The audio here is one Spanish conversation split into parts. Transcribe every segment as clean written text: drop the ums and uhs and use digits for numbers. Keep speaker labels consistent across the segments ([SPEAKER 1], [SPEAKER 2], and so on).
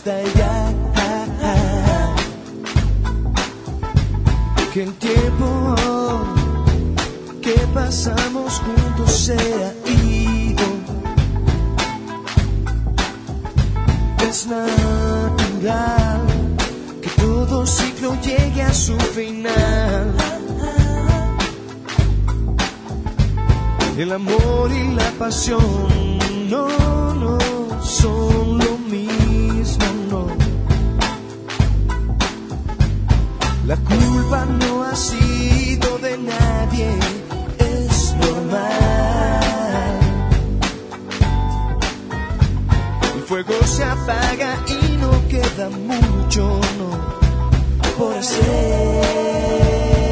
[SPEAKER 1] hasta allá. Que el tiempo que pasamos juntos sea ido. Es natural que todo ciclo llegue a su final. El amor y la pasión no son lo mismo, no. La culpa no ha sido de nadie, es normal. El fuego se apaga y no queda mucho, no, por hacer.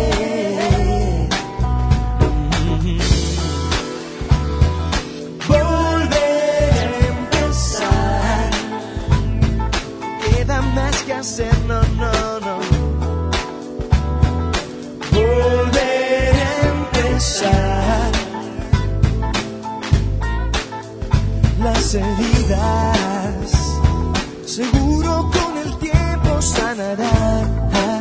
[SPEAKER 1] Hacer, no. Volver a empezar. Las heridas seguro con el tiempo sanarán.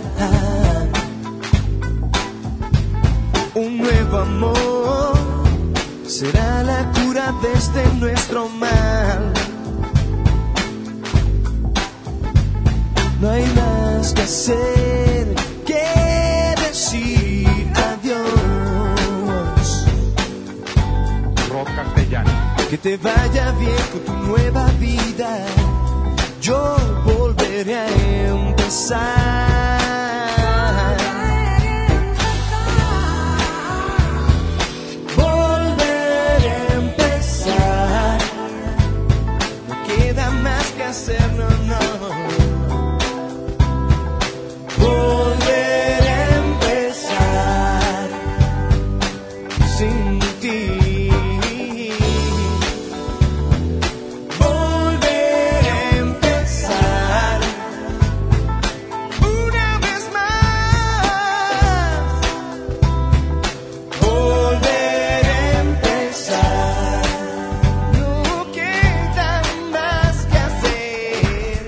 [SPEAKER 1] Un nuevo amor será la cura desde nuestro mal. No hay más que hacer que decir adiós.
[SPEAKER 2] Rock castellano.
[SPEAKER 1] Que te vaya bien con tu nueva vida. Yo volveré a empezar. Volveré a empezar. No queda más que hacer, no. Volver a empezar sin ti. Volver a empezar una vez más. Volver a empezar. No queda más que hacer.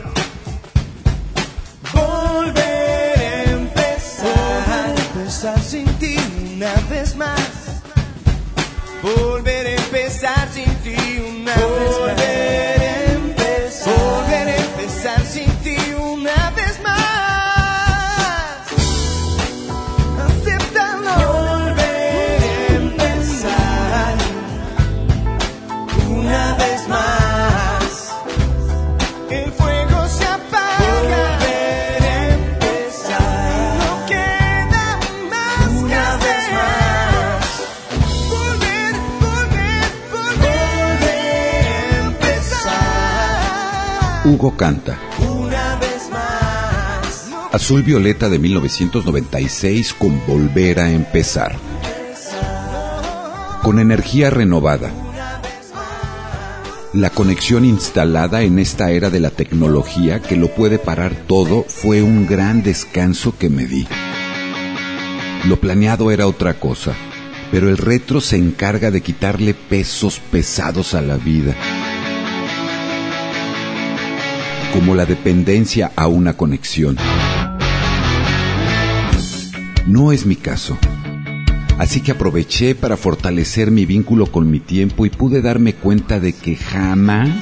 [SPEAKER 1] Volver sin ti una vez más. Volver a empezar sin ti una vez más. Volver a empezar sin ti una vez más. Acéptalo. Volver a empezar una vez más. El fuego se apaga. Volver a empezar. No queda más que hacer. Volver a empezar.
[SPEAKER 3] Hugo canta.
[SPEAKER 1] Una vez más.
[SPEAKER 3] Azul Violeta de 1996 con Volver a empezar. Con energía renovada. La conexión instalada en esta era de la tecnología que lo puede parar todo fue un gran descanso que me di. Lo planeado era otra cosa, pero el retro se encarga de quitarle pesos pesados a la vida, como la dependencia a una conexión. No es mi caso. Así que aproveché para fortalecer mi vínculo con mi tiempo y pude darme cuenta de que jamás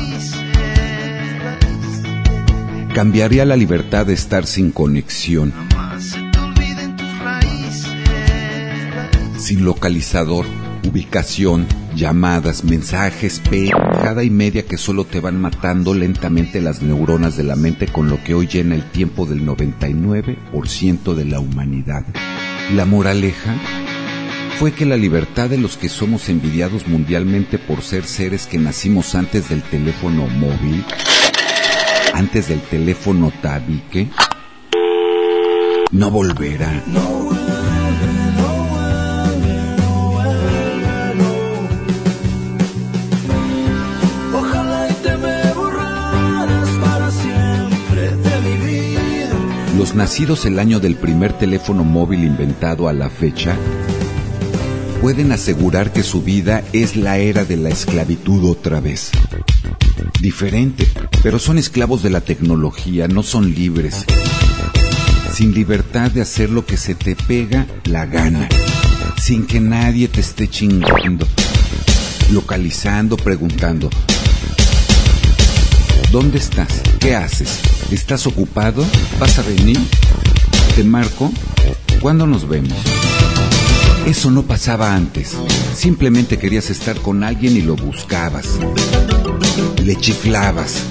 [SPEAKER 3] cambiaría la libertad de estar sin conexión, sin localizador, ubicación, llamadas, mensajes, pendejada y media que solo te van matando lentamente las neuronas de la mente, con lo que hoy llena el tiempo del 99% de la humanidad. La moraleja fue que la libertad de los que somos envidiados mundialmente por ser seres que nacimos antes del teléfono móvil, antes del teléfono tabique, no volverá.
[SPEAKER 1] Ojalá y te me borraras para siempre de mi vida.
[SPEAKER 3] Los nacidos el año del primer teléfono móvil inventado a la fecha pueden asegurar que su vida es la era de la esclavitud otra vez. diferente, pero son esclavos de la tecnología, no son libres. Sin libertad de hacer lo que se te pega la gana, sin que nadie te esté chingando, localizando, preguntando: ¿dónde estás? ¿Qué haces? ¿Estás ocupado? ¿Vas a venir? ¿Te marco? ¿Cuándo nos vemos? Eso no pasaba antes. Simplemente querías estar con alguien y lo buscabas. Le chiflabas.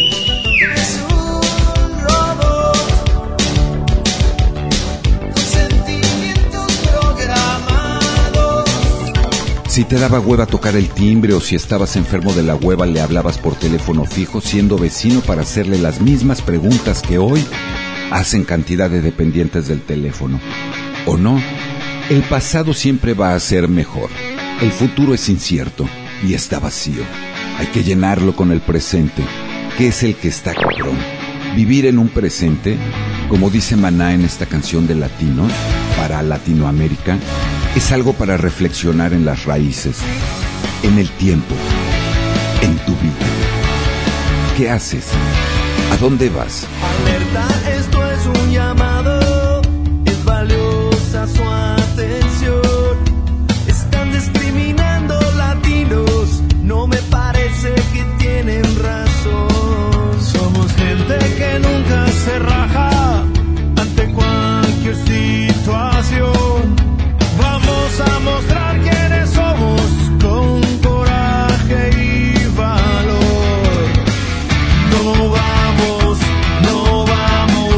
[SPEAKER 3] Si te daba hueva tocar el timbre o si estabas enfermo de la hueva, le hablabas por teléfono fijo, siendo vecino, para hacerle las mismas preguntas que hoy hacen cantidad de dependientes del teléfono. ¿O no? El pasado siempre va a ser mejor. El futuro es incierto y está vacío. Hay que llenarlo con el presente, que es el que está cabrón. Vivir en un presente, como dice Maná en esta canción de Latino, para Latinoamérica, es algo para reflexionar en las raíces, en el tiempo, en tu vida. ¿Qué haces? ¿A dónde vas?
[SPEAKER 1] Alerta, esto es un llamado, es valiosa su atención. Están discriminando latinos, no me parece que tienen razón. Somos gente que nunca se raja ante cualquier situación. Vamos a mostrar quiénes somos con coraje y valor. No vamos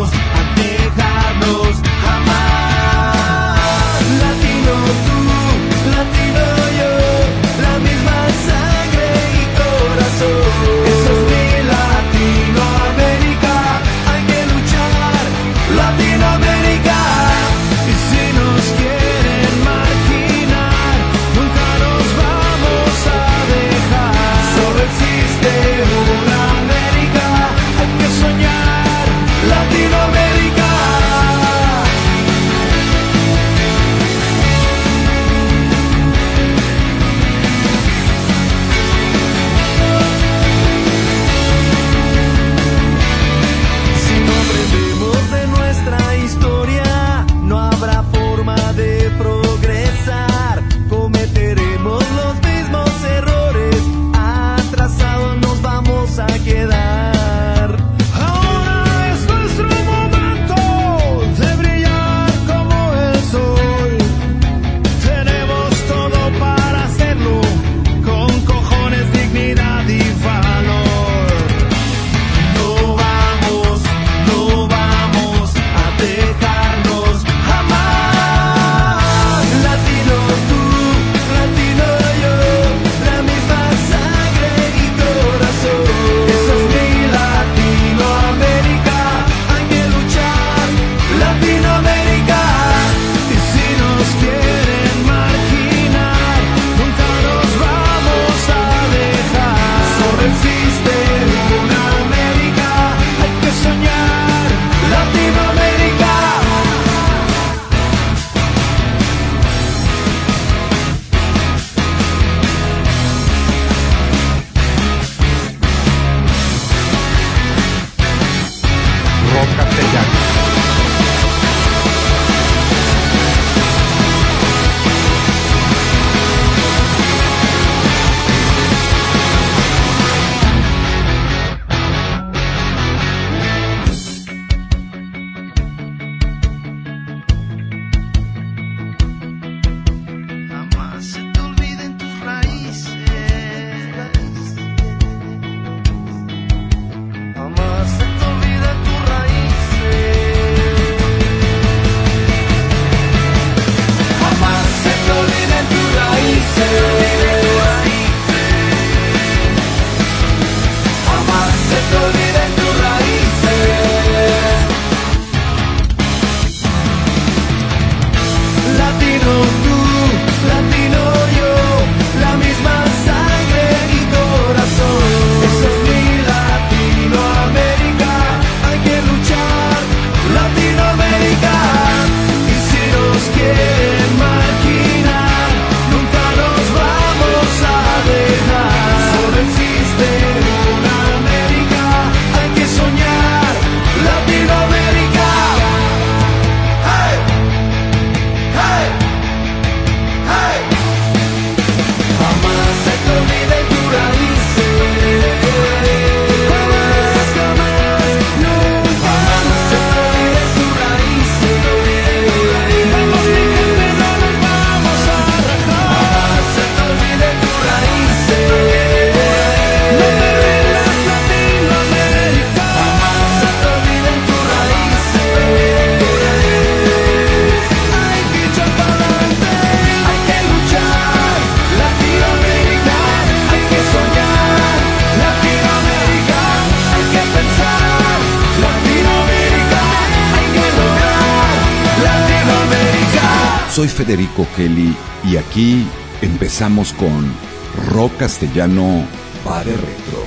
[SPEAKER 3] Soy Federico Kelly y aquí empezamos con rock castellano para retro.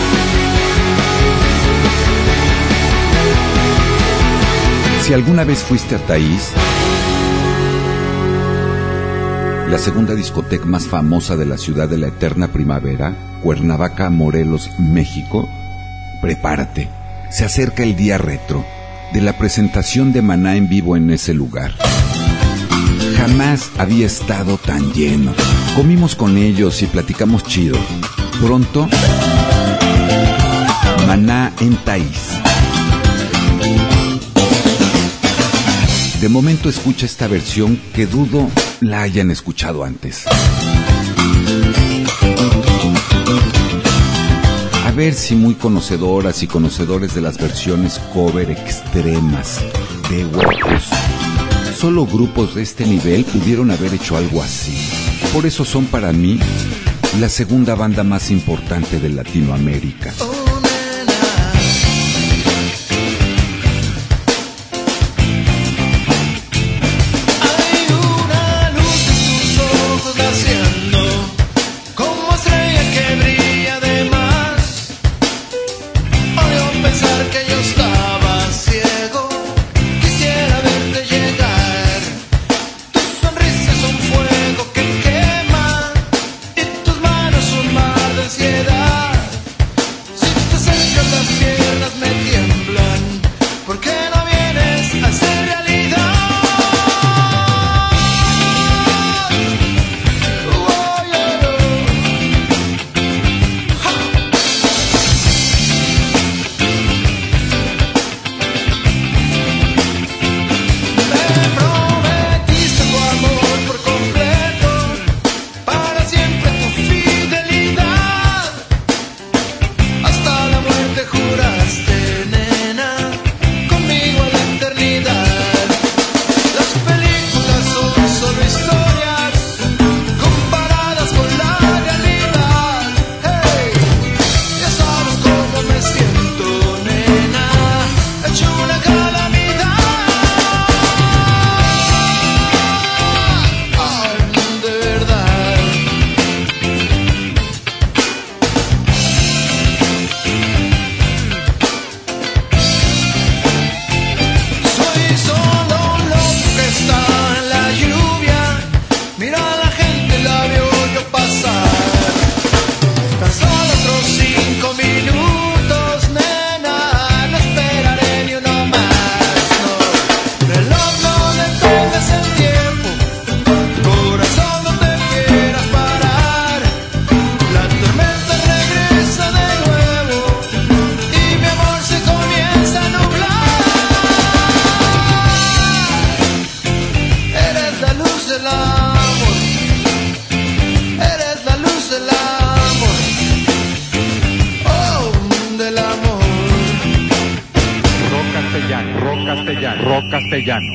[SPEAKER 3] Si alguna vez fuiste a Taís, la segunda discoteca más famosa de la ciudad de la eterna primavera, Cuernavaca, Morelos, México, prepárate, se acerca el día retro de la presentación de Maná en vivo en ese lugar. Jamás había estado tan lleno. Comimos con ellos y platicamos chido. Pronto, Maná en Taís. De momento escucha esta versión que dudo la hayan escuchado antes. A ver si muy conocedoras y conocedores de las versiones cover extremas de huecos. Solo grupos de este nivel pudieron haber hecho algo así. Por eso son para mí la segunda banda más importante de Latinoamérica.
[SPEAKER 2] Rock castellano.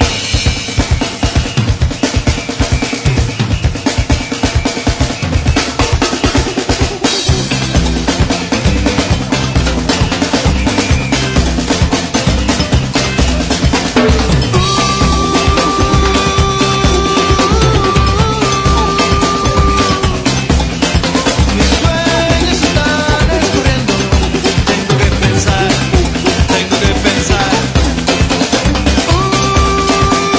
[SPEAKER 1] Tengo que pensar.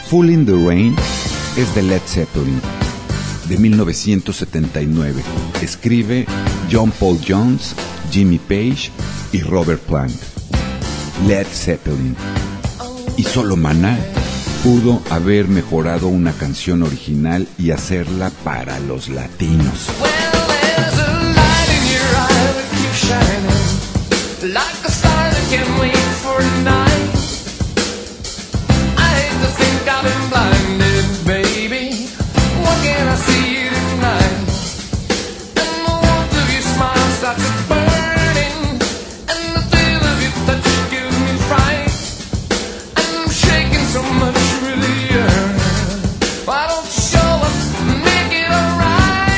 [SPEAKER 3] Fool in the Rain es de Led Zeppelin, de 1979. Escribe John Paul Jones, Jimmy Page y Robert Plant. Led Zeppelin. Y solo Maná pudo haber mejorado una canción original y hacerla para los latinos.
[SPEAKER 1] Like a star that can't wait for tonight. I hate to think I've been blinded, baby. What can I see tonight? And the warmth of your smile starts burning, and the thrill of your touch gives me fright. And I'm shaking so much, really yearn. Why don't you show up and make it alright?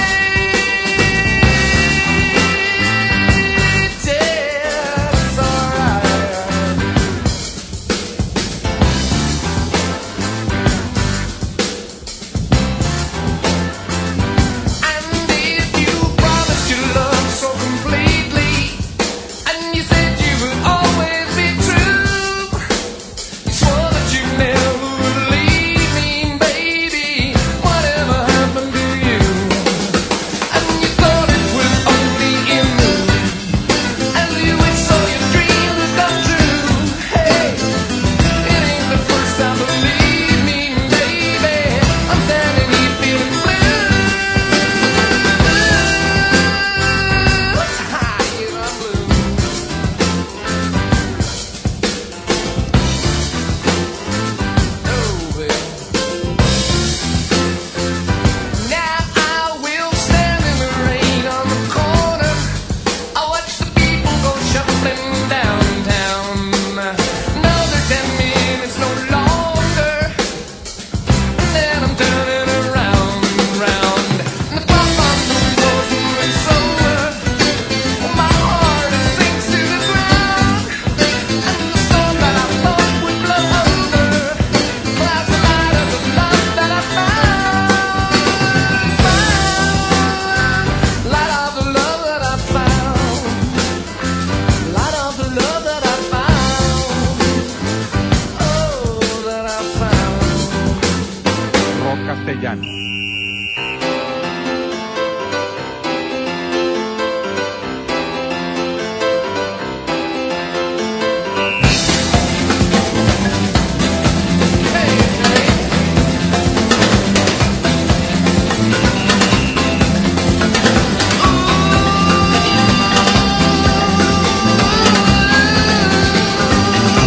[SPEAKER 2] Castellano.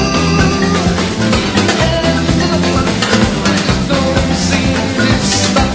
[SPEAKER 1] Stop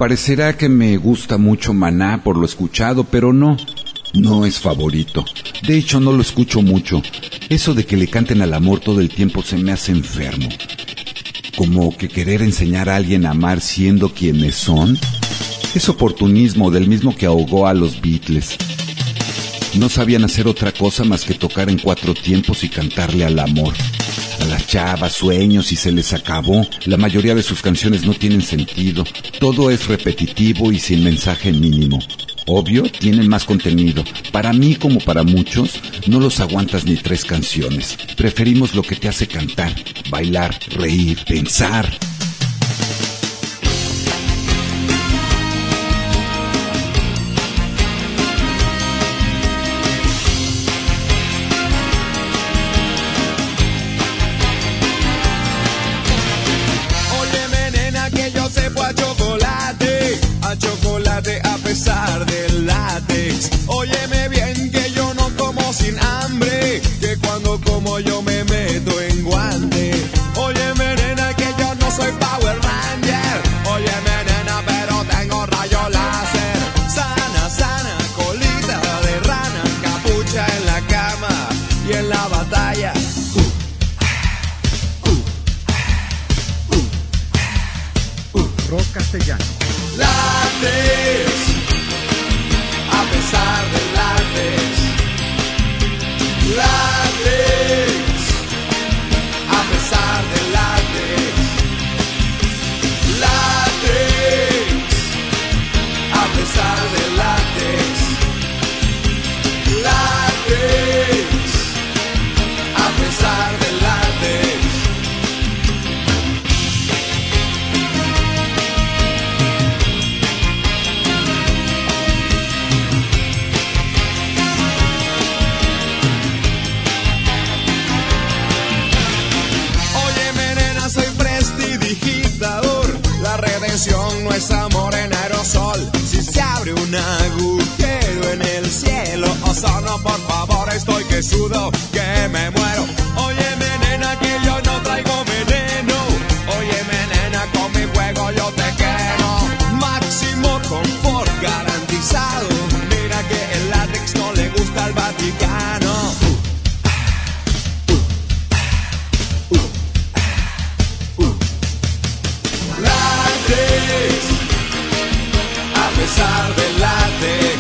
[SPEAKER 3] parecerá que me gusta mucho Maná por lo escuchado, pero no es favorito. De hecho, no lo escucho mucho. Eso de que le canten al amor todo el tiempo se me hace enfermo. Como que querer enseñar a alguien a amar siendo quienes son. Es oportunismo del mismo que ahogó a los Beatles. No sabían hacer otra cosa más que tocar en 4 tiempos y cantarle al amor. A las chavas, sueños, y se les acabó. La mayoría de sus canciones no tienen sentido. Todo es repetitivo y sin mensaje mínimo. Obvio, tienen más contenido. Para mí, como para muchos, no los aguantas ni 3 canciones. Preferimos lo que te hace cantar, bailar, reír, pensar.
[SPEAKER 1] A pesar del látex, óyeme bien que yo no como sin hambre, que cuando como yo me meto en guante. Óyeme nena que yo no soy Power Ranger, óyeme nena pero tengo rayo láser. Sana, sana, colita de rana, capucha en la cama y en la batalla.
[SPEAKER 2] Rock castellano.
[SPEAKER 1] Látex, a pesar del látex. Látex, a pesar del látex. Látex, a pesar del látex. Látex, a pesar del látex. No es amor en aerosol. Si se abre un agujero en el cielo, ozono, por favor, estoy que sudo, que me muero. Óyeme nena que yo no traigo veneno. Óyeme nena, con mi juego yo te quiero. Máximo confort garantizado. Mira que el látex no le gusta al Vaticano. A pesar del látex.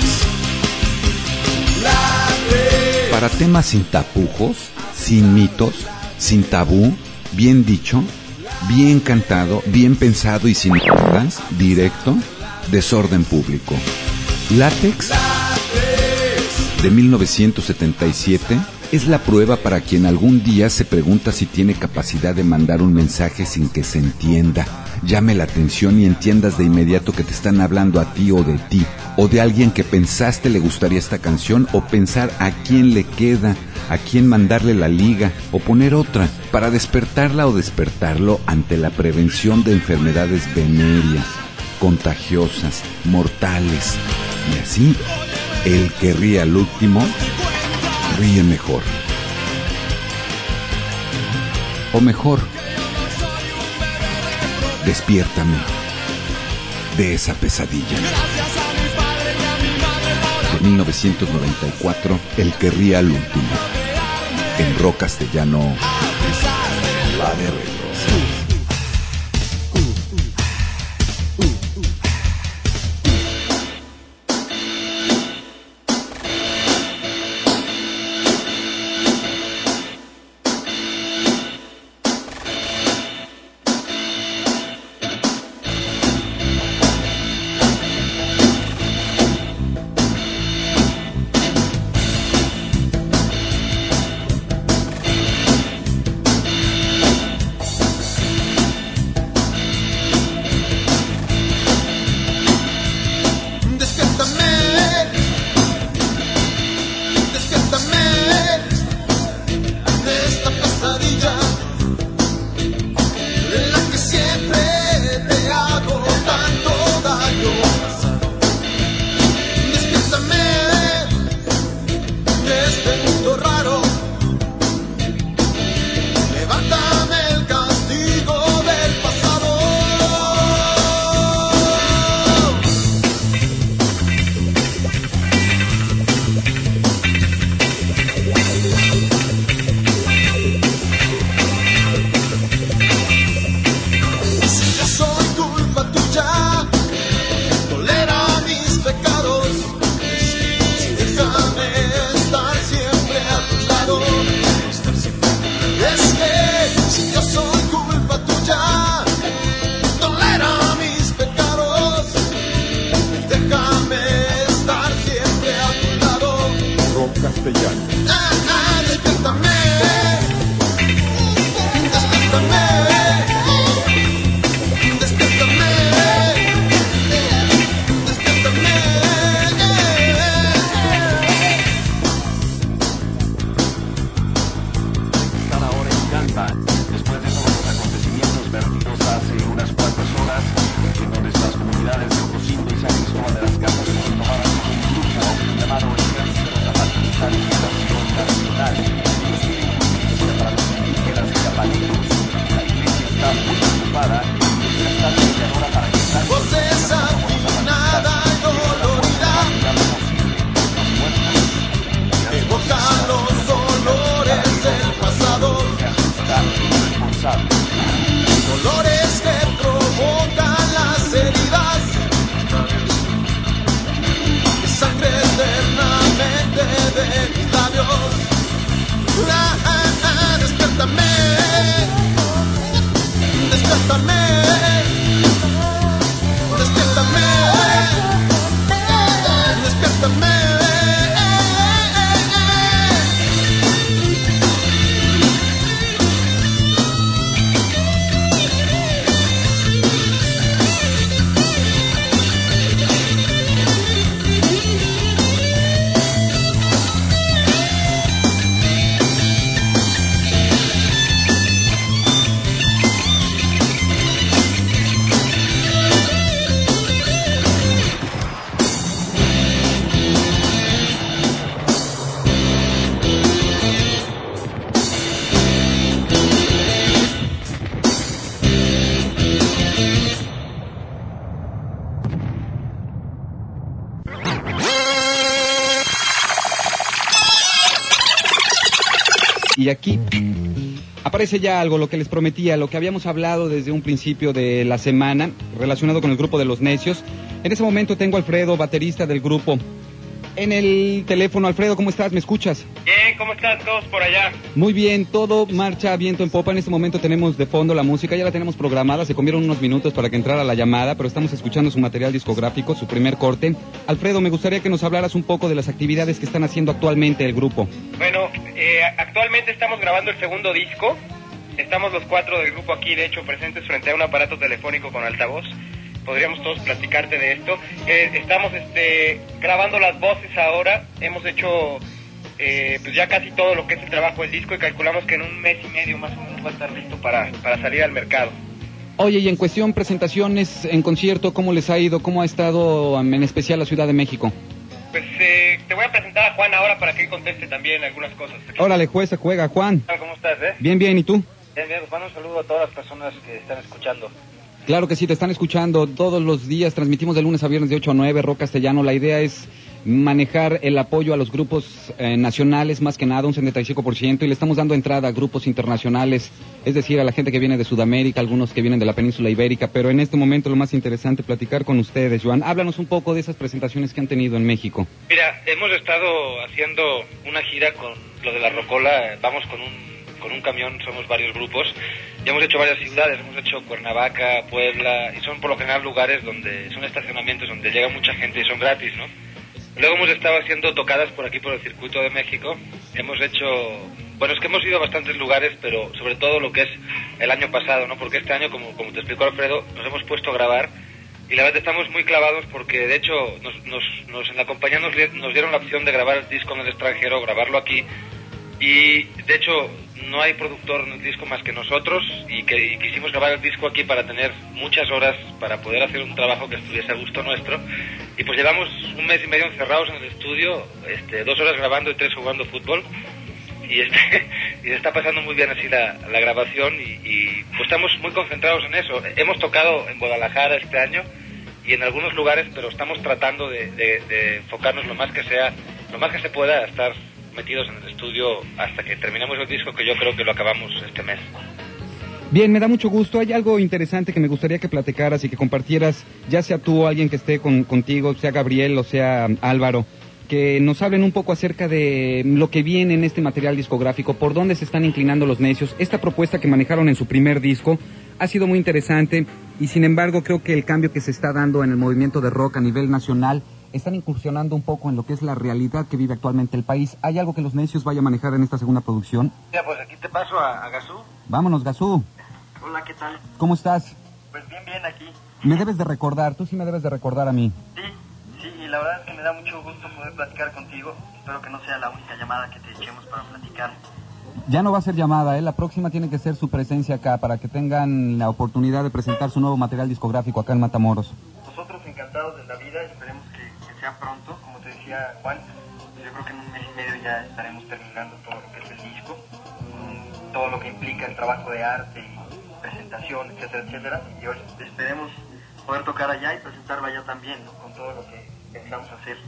[SPEAKER 1] Látex.
[SPEAKER 3] Para temas sin tapujos, sin mitos, sin tabú, bien dicho, bien cantado, bien pensado y sin mierdas, directo, desorden público. Látex, de 1977, es la prueba para quien algún día se pregunta si tiene capacidad de mandar un mensaje sin que se entienda, llame la atención y entiendas de inmediato que te están hablando a ti o de ti, o de alguien que pensaste le gustaría esta canción, o pensar a quién le queda, a quién mandarle la liga, o poner otra, para despertarla o despertarlo ante la prevención de enfermedades venéreas, contagiosas, mortales, y así, el que ríe al último, ríe mejor. O mejor, despiértame de esa pesadilla. De 1994, el que ríe al último. En rock castellano, la de Retro.
[SPEAKER 2] Castellano.
[SPEAKER 4] Despiértame, despiértame, despiértame, despiértame.
[SPEAKER 5] Cada hora encanta, después de todos los acontecimientos vertidos hace unas cuantas horas, en donde las comunidades de Ocosinde y San Cristóbal de las Casas fueron tomadas por un grupo llamado Ejército Zapatista de Liberación Nacional. Para los indígenas y zapatistas, la iglesia está muy preocupada y está mediadora para que salgan
[SPEAKER 4] Voz desafinada y dolorida, evoca los dolores del pasado, dolores que provocan las heridas, sangre eternamente de mis labios. Despiértame, despiértame, despiértame, despiértame.
[SPEAKER 6] Y aquí aparece ya algo, lo que les prometía, lo que habíamos hablado desde un principio de la semana, relacionado con el grupo de Los Necios. En ese momento tengo a Alfredo, baterista del grupo, en el teléfono. Alfredo, ¿cómo estás? ¿Me escuchas?
[SPEAKER 7] Bien, ¿cómo están todos por allá?
[SPEAKER 6] Muy bien, todo marcha a viento en popa. En este momento tenemos de fondo la música, ya la tenemos programada, se comieron unos minutos para que entrara la llamada, pero estamos escuchando su material discográfico, su primer corte. Alfredo, me gustaría que nos hablaras un poco de las actividades que están haciendo actualmente el grupo.
[SPEAKER 7] Bueno, actualmente estamos grabando el segundo disco. Estamos los 4 del grupo aquí, de hecho, presentes frente a un aparato telefónico con altavoz. Podríamos todos platicarte de esto. Estamos grabando las voces ahora. Hemos hecho pues ya casi todo lo que es el trabajo del disco y calculamos que en un mes y medio más o menos va a estar listo para salir al mercado.
[SPEAKER 6] Oye, y en cuestión presentaciones en concierto, ¿cómo les ha ido? ¿Cómo ha estado en especial la Ciudad de México?
[SPEAKER 7] Pues te voy a presentar a Juan ahora para que él conteste también algunas cosas.
[SPEAKER 6] Órale, jueza, juega, Juan.
[SPEAKER 7] ¿Cómo estás,
[SPEAKER 6] Bien, bien, ¿y tú?
[SPEAKER 7] Bien, bien, Juan, un saludo a todas las personas que están escuchando.
[SPEAKER 6] Claro que sí, te están escuchando todos los días, transmitimos de lunes a viernes de 8 a 9, Rock Castellano. La idea es manejar el apoyo a los grupos nacionales, más que nada, un 75%, y le estamos dando entrada a grupos internacionales, es decir, a la gente que viene de Sudamérica, algunos que vienen de la península ibérica, pero en este momento lo más interesante, platicar con ustedes. Joan, háblanos un poco de esas presentaciones que han tenido en México.
[SPEAKER 7] Mira, hemos estado haciendo una gira con lo de la Rocola, vamos con un camión, somos varios grupos, ya hemos hecho varias ciudades, hemos hecho Cuernavaca, Puebla, y son por lo general lugares donde son estacionamientos donde llega mucha gente y son gratis, ¿no? Luego hemos estado haciendo tocadas por aquí por el circuito de México, hemos hecho, bueno, es que hemos ido a bastantes lugares, pero sobre todo lo que es el año pasado, ¿no? Porque este año, como te explicó Alfredo, nos hemos puesto a grabar y la verdad estamos muy clavados porque de hecho en la compañía nos dieron la opción de grabar el disco en el extranjero, grabarlo aquí. Y de hecho no hay productor en el disco más que nosotros y quisimos grabar el disco aquí para tener muchas horas para poder hacer un trabajo que estuviese a gusto nuestro, y pues llevamos un mes y medio encerrados en el estudio, 2 horas grabando y 3 jugando fútbol, y y está pasando muy bien así la grabación y pues estamos muy concentrados en eso. Hemos tocado en Guadalajara este año y en algunos lugares, pero estamos tratando de enfocarnos lo más que se pueda a estar metidos en el estudio hasta que terminemos el disco, que yo creo que lo acabamos este mes.
[SPEAKER 6] Bien, me da mucho gusto. Hay algo interesante que me gustaría que platicaras y que compartieras, ya sea tú o alguien que esté contigo, sea Gabriel o sea Álvaro, que nos hablen un poco acerca de lo que viene en este material discográfico, por dónde se están inclinando Los Necios. Esta propuesta que manejaron en su primer disco ha sido muy interesante. y sin embargo creo que el cambio que se está dando en el movimiento de rock a nivel nacional están incursionando un poco en lo que es la realidad que vive actualmente el país. ¿Hay algo que Los Necios vaya a manejar en esta segunda producción?
[SPEAKER 7] Mira, pues aquí te paso a Gazú.
[SPEAKER 6] Vámonos, Gazú.
[SPEAKER 8] Hola, ¿qué tal?
[SPEAKER 6] ¿Cómo estás?
[SPEAKER 8] Pues bien aquí.
[SPEAKER 6] Me debes de recordar, tú sí me debes de recordar a mí.
[SPEAKER 8] Sí, y la verdad es que me da mucho gusto poder platicar contigo. Espero que no sea la única llamada que te echemos para platicar.
[SPEAKER 6] Ya no va a ser llamada, la próxima tiene que ser su presencia acá para que tengan la oportunidad de presentar su nuevo material discográfico acá en Matamoros.
[SPEAKER 8] Nosotros encantados de la vida, esperemos que sea pronto, como te decía Juan. Yo creo que en un mes y medio ya estaremos terminando todo lo que es el disco, todo lo que implica el trabajo de arte y presentación, etcétera, etcétera. Y hoy esperemos poder tocar allá y presentarlo allá también, ¿no? Con todo lo que pensamos hacer.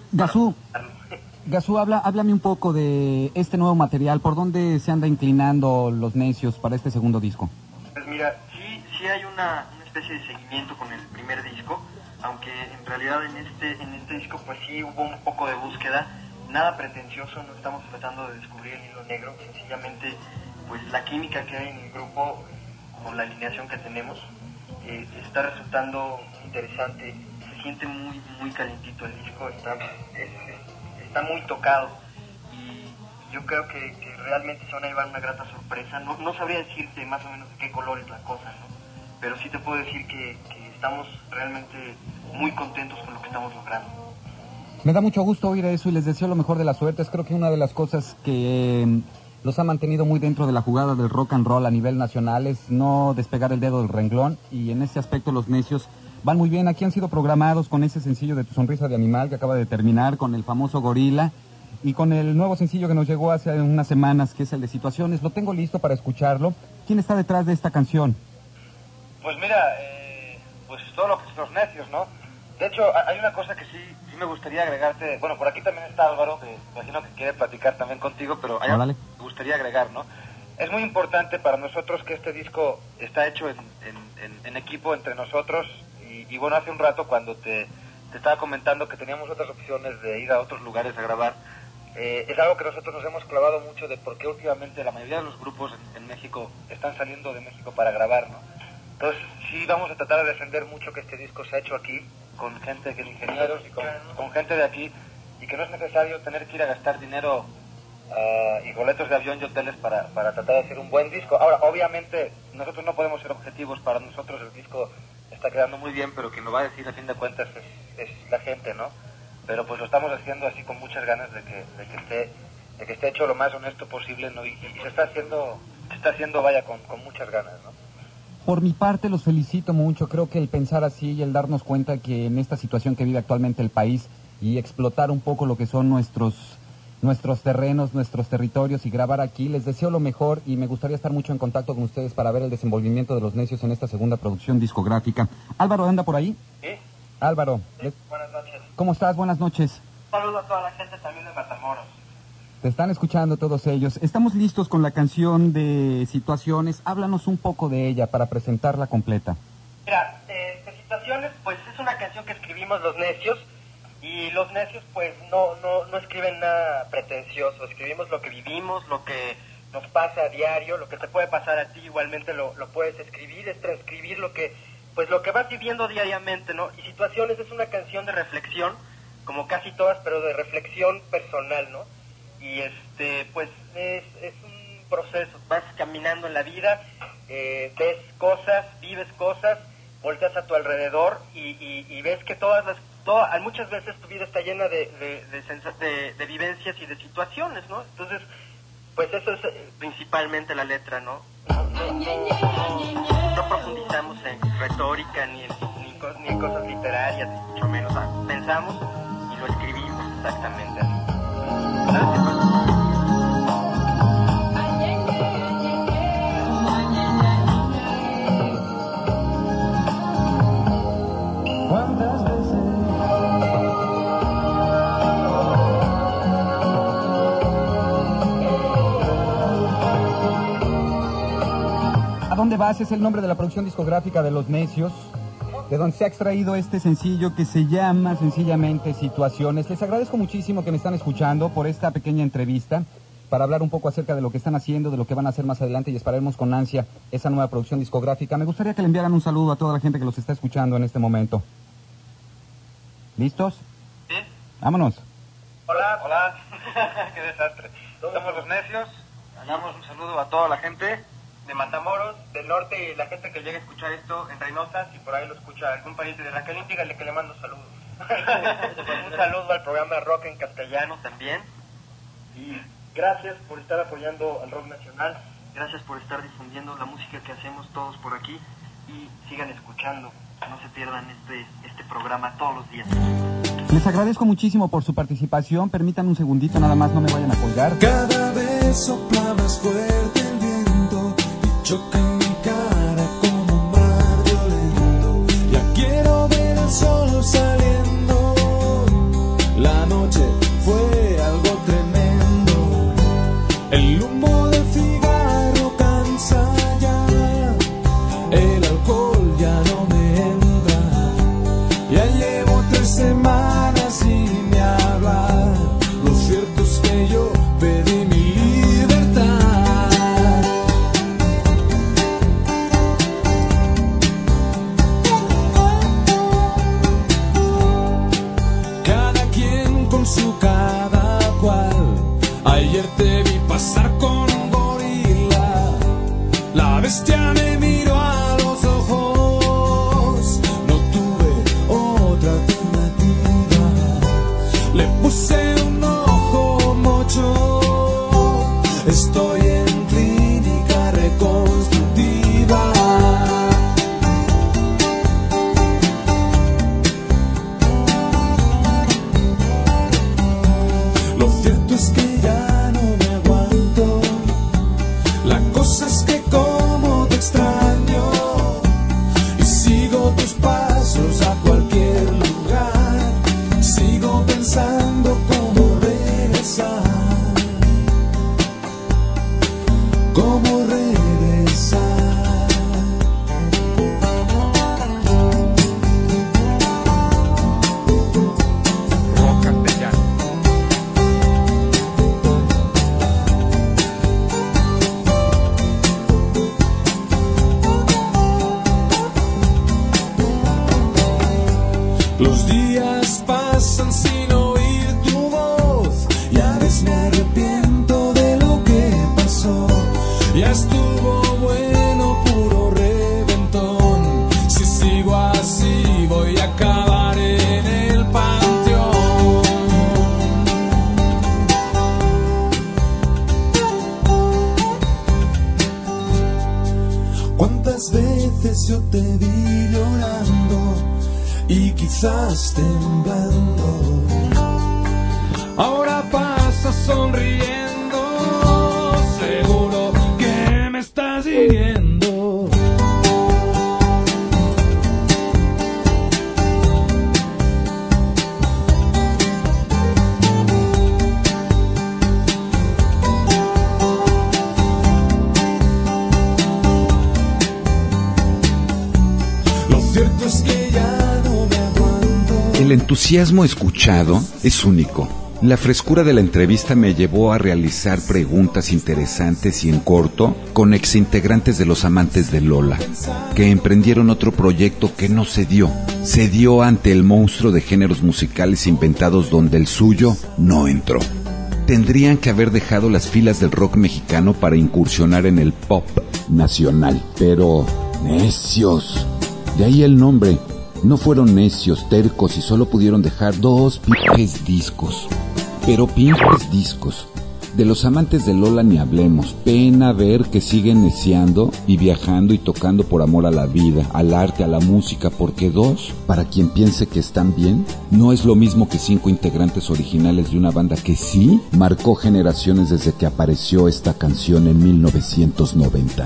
[SPEAKER 6] Gazú, háblame un poco de este nuevo material. ¿Por dónde se anda inclinando Los Necios para este segundo disco?
[SPEAKER 8] Pues mira, sí hay una especie de seguimiento con el primer disco, aunque en realidad en este disco pues sí hubo un poco de búsqueda, nada pretencioso, no estamos tratando de descubrir el hilo negro, sencillamente pues la química que hay en el grupo con la alineación que tenemos está resultando interesante, se siente muy calientito el disco, está muy tocado y yo creo que realmente se van a llevar una grata sorpresa. No sabría decirte más o menos de qué color es la cosa, ¿no? Pero sí te puedo decir que estamos realmente muy contentos con lo que estamos logrando.
[SPEAKER 6] Me da mucho gusto oír eso y les deseo lo mejor de las suertes. Creo que una de las cosas que los ha mantenido muy dentro de la jugada del rock and roll a nivel nacional es no despegar el dedo del renglón, y en ese aspecto Los Necios van muy bien. Aquí han sido programados con ese sencillo de Tu Sonrisa de Animal que acaba de terminar, con el famoso Gorila, y con el nuevo sencillo que nos llegó hace unas semanas, que es el de Situaciones. Lo tengo listo para escucharlo. ¿Quién está detrás de esta canción?
[SPEAKER 7] Pues mira, pues todo lo que es Los Necios, ¿no? De hecho, hay una cosa que sí me gustaría agregarte. Bueno, por aquí también está Álvaro, que imagino que quiere platicar también contigo, pero hay algo que me gustaría agregar, ¿no? Es muy importante para nosotros que este disco está hecho en equipo entre nosotros, y bueno, hace un rato cuando te estaba comentando que teníamos otras opciones de ir a otros lugares a grabar, es algo que nosotros nos hemos clavado mucho de por qué últimamente la mayoría de los grupos en México están saliendo de México para grabar, ¿no? Entonces sí vamos a tratar de defender mucho que este disco se ha hecho aquí, con gente, que ingenieros y con gente de aquí, y que no es necesario tener que ir a gastar dinero y boletos de avión y hoteles para tratar de hacer un buen disco. Ahora, obviamente, nosotros no podemos ser objetivos. Para nosotros el disco está quedando muy bien, pero quien lo va a decir a fin de cuentas es la gente, ¿no? Pero pues lo estamos haciendo así con muchas ganas de que esté hecho lo más honesto posible, ¿no? Y se está haciendo vaya, con muchas ganas, ¿no?
[SPEAKER 6] Por mi parte los felicito mucho. Creo que el pensar así y el darnos cuenta que en esta situación que vive actualmente el país, y explotar un poco lo que son nuestros terrenos, nuestros territorios, y grabar aquí, les deseo lo mejor, y me gustaría estar mucho en contacto con ustedes para ver el desenvolvimiento de Los Necios en esta segunda producción discográfica. Álvaro, ¿anda por ahí?
[SPEAKER 8] ¿Sí?
[SPEAKER 6] Álvaro.
[SPEAKER 8] Sí, buenas noches.
[SPEAKER 6] ¿Cómo estás? Buenas noches.
[SPEAKER 8] Saludo a toda la gente también de Matamoros.
[SPEAKER 6] Te están escuchando todos ellos. Estamos listos con la canción de Situaciones. Háblanos un poco de ella para presentarla completa.
[SPEAKER 8] Mira, de Situaciones, pues es una canción que escribimos Los Necios, y Los Necios pues no escriben nada pretencioso. Escribimos lo que vivimos, lo que nos pasa a diario, lo que te puede pasar a ti igualmente lo puedes escribir, es transcribir lo que vas viviendo diariamente, ¿no? Y Situaciones es una canción de reflexión, como casi todas, pero de reflexión personal, ¿no? Y pues es un proceso, vas caminando en la vida, ves cosas, vives cosas, volteas a tu alrededor y ves que muchas veces tu vida está llena de vivencias y de situaciones, ¿no? Entonces, pues eso es principalmente la letra, ¿no? No profundizamos en retórica ni en cosas literarias, ni mucho menos. Pensamos y lo escribimos exactamente así. ¿Sabes qué pasa?
[SPEAKER 1] ¿Cuántas veces
[SPEAKER 6] ¿A dónde vas? Es el nombre de la producción discográfica de Los Necios, de donde se ha extraído este sencillo que se llama sencillamente Situaciones. Les agradezco muchísimo que me están escuchando por esta pequeña entrevista. para hablar un poco acerca de lo que están haciendo, de lo que van a hacer más adelante y esperaremos con ansia esa nueva producción discográfica. Me gustaría que le enviaran un saludo a toda la gente que los está escuchando en este momento. ¿Listos?
[SPEAKER 8] ¿Sí?
[SPEAKER 6] Vámonos.
[SPEAKER 8] Hola. Hola. Qué desastre. Somos Los Necios. Mandamos un saludo a toda la gente de Matamoros, del norte, y la gente que llegue a escuchar esto en Reynosa. Si por ahí lo escucha algún pariente de Raquel, díganle que le mando saludos. Un saludo al programa Rock en Castellano también. Y gracias por estar apoyando al rock nacional. Gracias por estar difundiendo la música que hacemos todos por aquí. Y sigan escuchando. No se pierdan este programa todos los días.
[SPEAKER 6] Les agradezco muchísimo por su participación. Permítanme un segundito, nada más, no me vayan a colgar.
[SPEAKER 9] Cada vez sopla más fuerte el viento y choca en mi cara como un mar violento. Ya quiero ver el sol saliendo. La noche fue algo tremendo. El humo del cigarro cansa ya. El alcohol ya no me entra. Ya llevo 3 semanas sin me hablar. Lo cierto es que yo pedí mi libertad. Cada quien con su cada cual. Ayer te vi pasar con un gorila. La bestia me miró a los ojos. No tuve otra alternativa. Le puse un ojo mocho. Estoy en clínica reconstructiva. Lo cierto es que ya no me aguanto. La cosa es que como te extraño y sigo tus pasos a cualquier lugar. Sigo pensando cómo regresar. Cómo regresar.
[SPEAKER 2] Rock castellano.
[SPEAKER 9] Los días pasan sin oír tu voz y a veces me arrepiento de lo que pasó. Ya estuvo bueno, puro reventón. Si sigo así voy a acabar en el panteón. ¿Cuántas veces yo te vi llorando y quizás temblando? Ahora pasa sonriendo. Seguro que me estás siguiendo. Lo cierto es que ya no me aguanto.
[SPEAKER 3] El entusiasmo escuchado es único. La frescura de la entrevista me llevó a realizar preguntas interesantes y en corto con exintegrantes de Los Amantes de Lola, que emprendieron otro proyecto que no se dio. Se dio ante el monstruo de géneros musicales inventados donde el suyo no entró. Tendrían que haber dejado las filas del rock mexicano para incursionar en el pop nacional. Pero necios. De ahí el nombre. No fueron necios, tercos y solo pudieron dejar 2 pinches discos. Pero pinches discos. De Los Amantes de Lola ni hablemos. Pena ver que siguen neciando y viajando y tocando por amor a la vida, al arte, a la música, porque 2, para quien piense que están bien, no es lo mismo que 5 integrantes originales de una banda que sí marcó generaciones desde que apareció esta canción en 1990.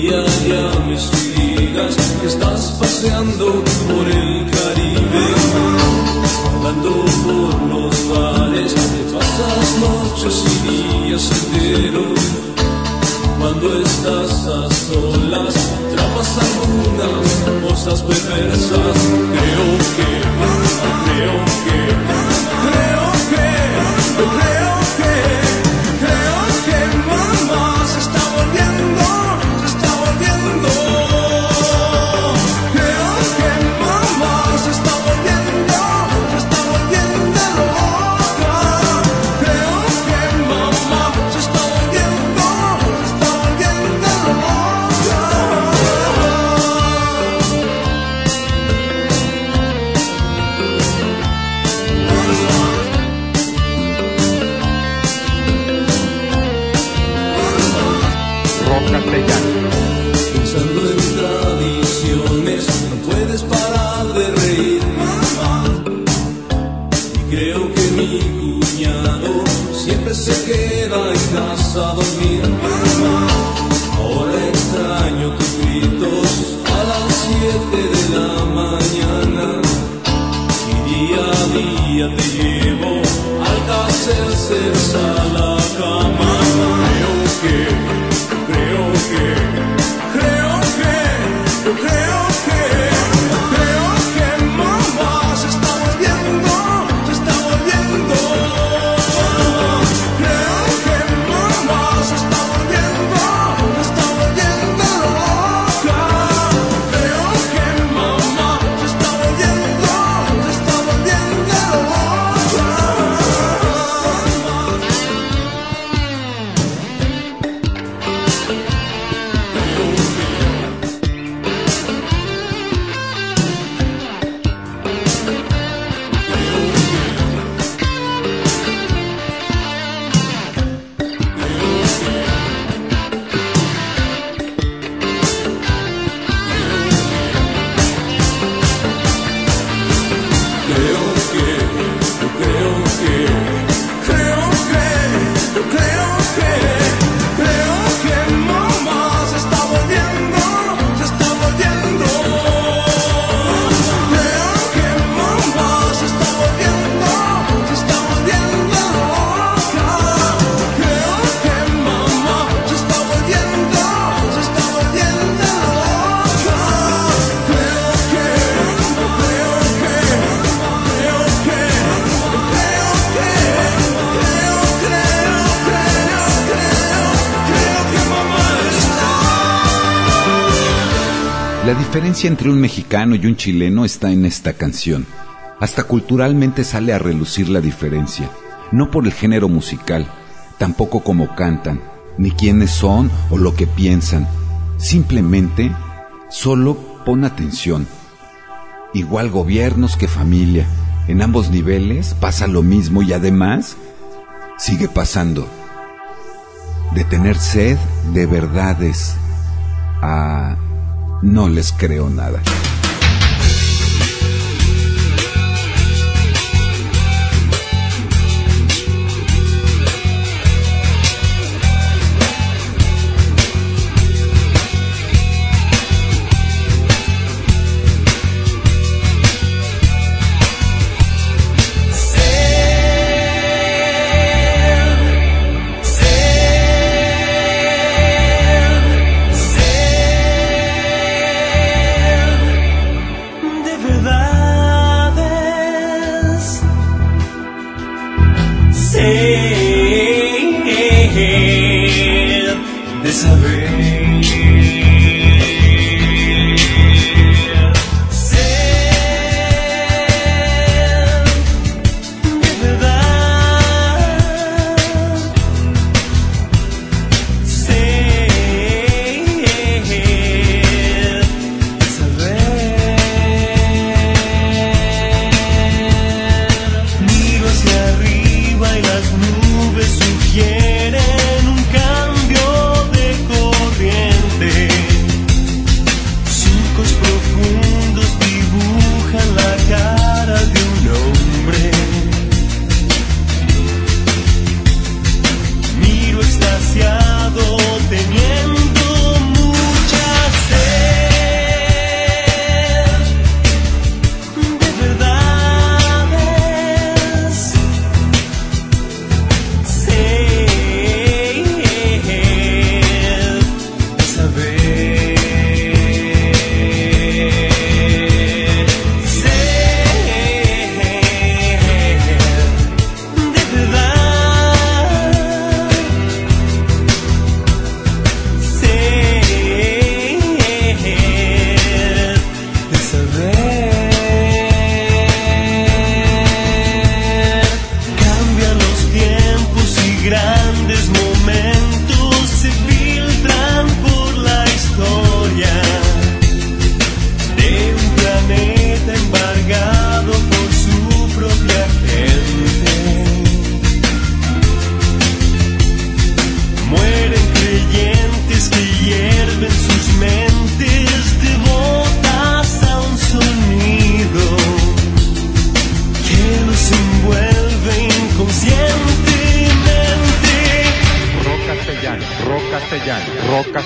[SPEAKER 9] ya me digas que estás paseando por el Caribe, andando por los bares, pasas noches y días enteros. Cuando estás a solas, trapas algunas cosas perversas. Creo que mamá se está volviendo. Creo que mamá se está volviendo loca. Creo que mamá se está volviendo
[SPEAKER 2] Rock castellano.
[SPEAKER 9] Pensando en tradiciones, no puedes parar de reír, mamá. Y creo que mi cuñado siempre se queda en casa a dormir, mamá. Ahora extraño tus gritos a las 7 de la mañana. Y día a día te llevo al hacerse a la cama. Creo que mamá se está volviendo. Creo que mamá se está volviendo loca. Creo que mamá se está volviendo
[SPEAKER 3] La diferencia entre un mexicano y un chileno está en esta canción. Hasta culturalmente sale a relucir la diferencia, no por el género musical, tampoco como cantan, ni quiénes son o lo que piensan. Simplemente, solo pon atención. Igual gobiernos que familia, en ambos niveles pasa lo mismo y además sigue pasando. De tener sed de verdades a no les creo nada.
[SPEAKER 9] Sugieren un cambio de corriente.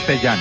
[SPEAKER 2] Castellano.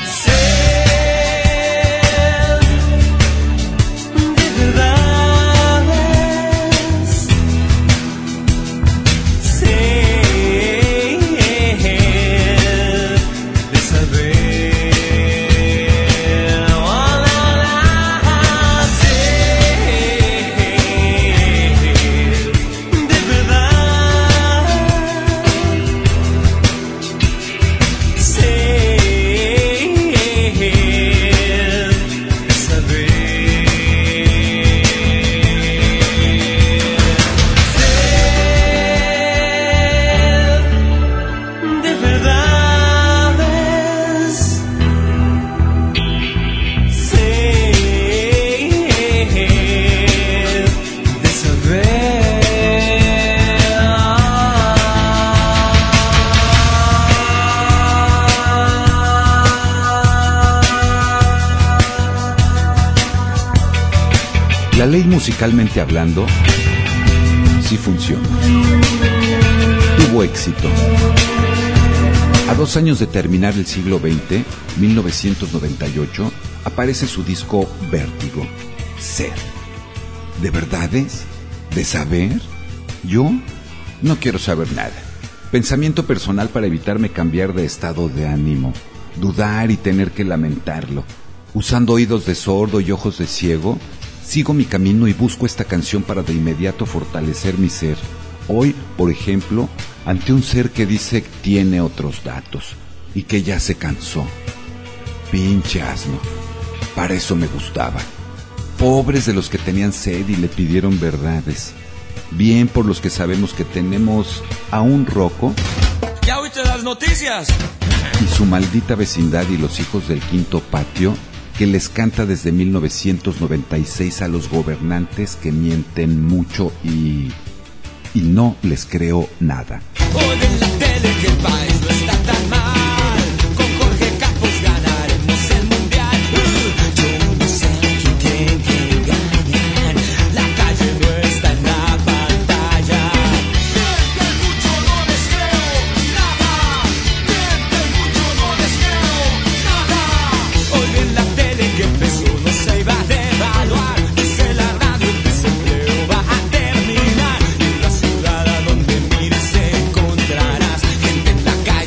[SPEAKER 3] La ley, musicalmente hablando, sí funciona. Tuvo éxito. A 2 años de terminar el siglo XX, 1998, aparece su disco Vértigo, Ser. ¿De verdades? ¿De saber? ¿Yo? No quiero saber nada. Pensamiento personal para evitarme cambiar de estado de ánimo, dudar y tener que lamentarlo. Usando oídos de sordo y ojos de ciego, sigo mi camino y busco esta canción para de inmediato fortalecer mi ser. Hoy, por ejemplo, ante un ser que dice que tiene otros datos y que ya se cansó. Pinche asno. Para eso me gustaba. Pobres de los que tenían sed y le pidieron verdades. Bien por los que sabemos que tenemos a un roco.
[SPEAKER 1] ¿Ya oíste las noticias?
[SPEAKER 3] Y su maldita vecindad y los hijos del quinto patio, que les canta desde 1996 a los gobernantes que mienten mucho y no les creo nada.
[SPEAKER 1] Hoy en la tele que el país no está tan mal. Con Jorge Campos ganaremos el mundial. Yo no sé quién creen que ganan. La calle no está en la pantalla. Mienten mucho, no les creo nada. Mienten mucho, no les creo nada. Hoy en la tele que empezó no se iba a devaluar. Dice la radio el desempleo va a terminar. En la ciudad a donde mires encontrarás gente en la calle.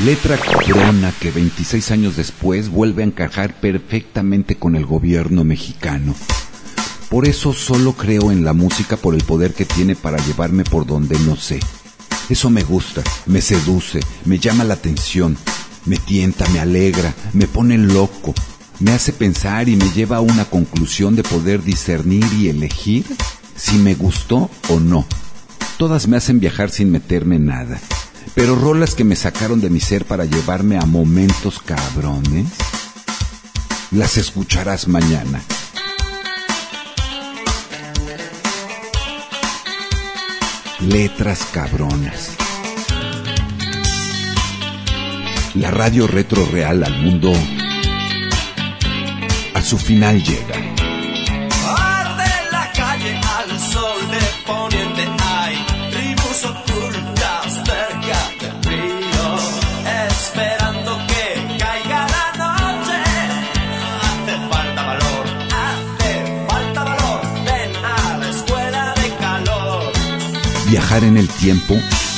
[SPEAKER 3] Letra cabrona que 26 años después vuelve a encajar perfectamente con el gobierno mexicano. Por eso solo creo en la música por el poder que tiene para llevarme por donde no sé. Eso me gusta, me seduce, me llama la atención, me tienta, me alegra, me pone loco, me hace pensar y me lleva a una conclusión de poder discernir y elegir si me gustó o no. Todas me hacen viajar sin meterme en nada. Pero rolas que me sacaron de mi ser para llevarme a momentos cabrones, las escucharás mañana. Letras cabronas. La radio retro real al mundo a su final llega.
[SPEAKER 9] Arde la calle al sol de poniente, hay tribus ocultas cerca del río, esperando que caiga la noche. Hace falta valor, ven a la escuela de calor.
[SPEAKER 3] Viajar en el tiempo,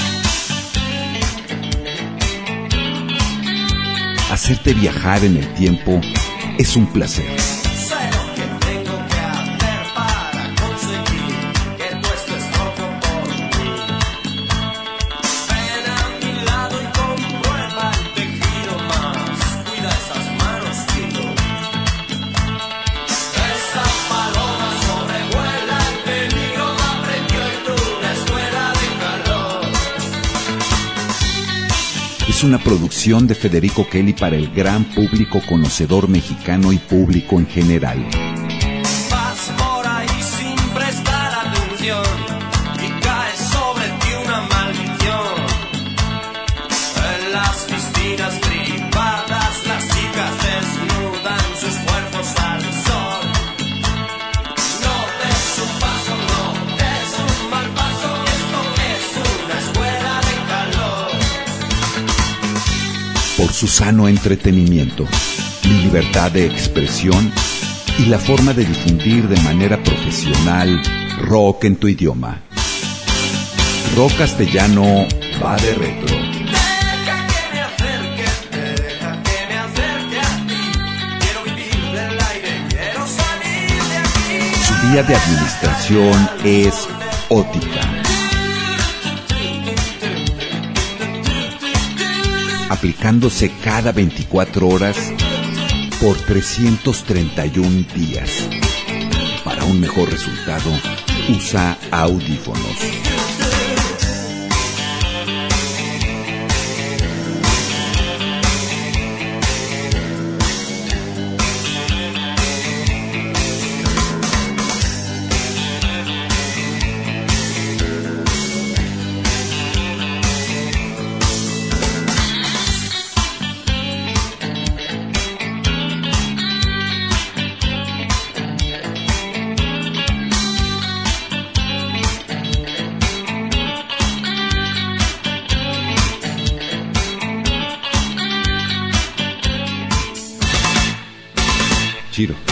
[SPEAKER 3] hacerte viajar en el tiempo es un placer.
[SPEAKER 9] Sé lo que tengo que hacer para conseguir que tú estés loco por mí. Ven a mi lado y comprueba el tejido más. Cuida esas manos, chico. Esa paloma sobrevuela el peligro, aprendió en una escuela de calor.
[SPEAKER 3] Es una producción de Federico Kelly para el gran público conocedor mexicano y público en general.
[SPEAKER 9] Vas por ahí sin prestar atención y cae sobre ti una maldición. En las piscinas privadas las chicas desnudan sus cuerpos al sol. No des un paso, no des un mal paso, esto es una escuela de calor.
[SPEAKER 3] Por su sano entretenimiento, mi libertad de expresión y la forma de difundir de manera profesional rock en tu idioma. Rock castellano va de retro.
[SPEAKER 9] Deja que me acerque a ti. Quiero vivir del aire, quiero salir de aquí.
[SPEAKER 3] Su vía de administración es ótica. Aplicándose cada 24 horas por 331 días. Para un mejor resultado, usa audífonos. Chiro.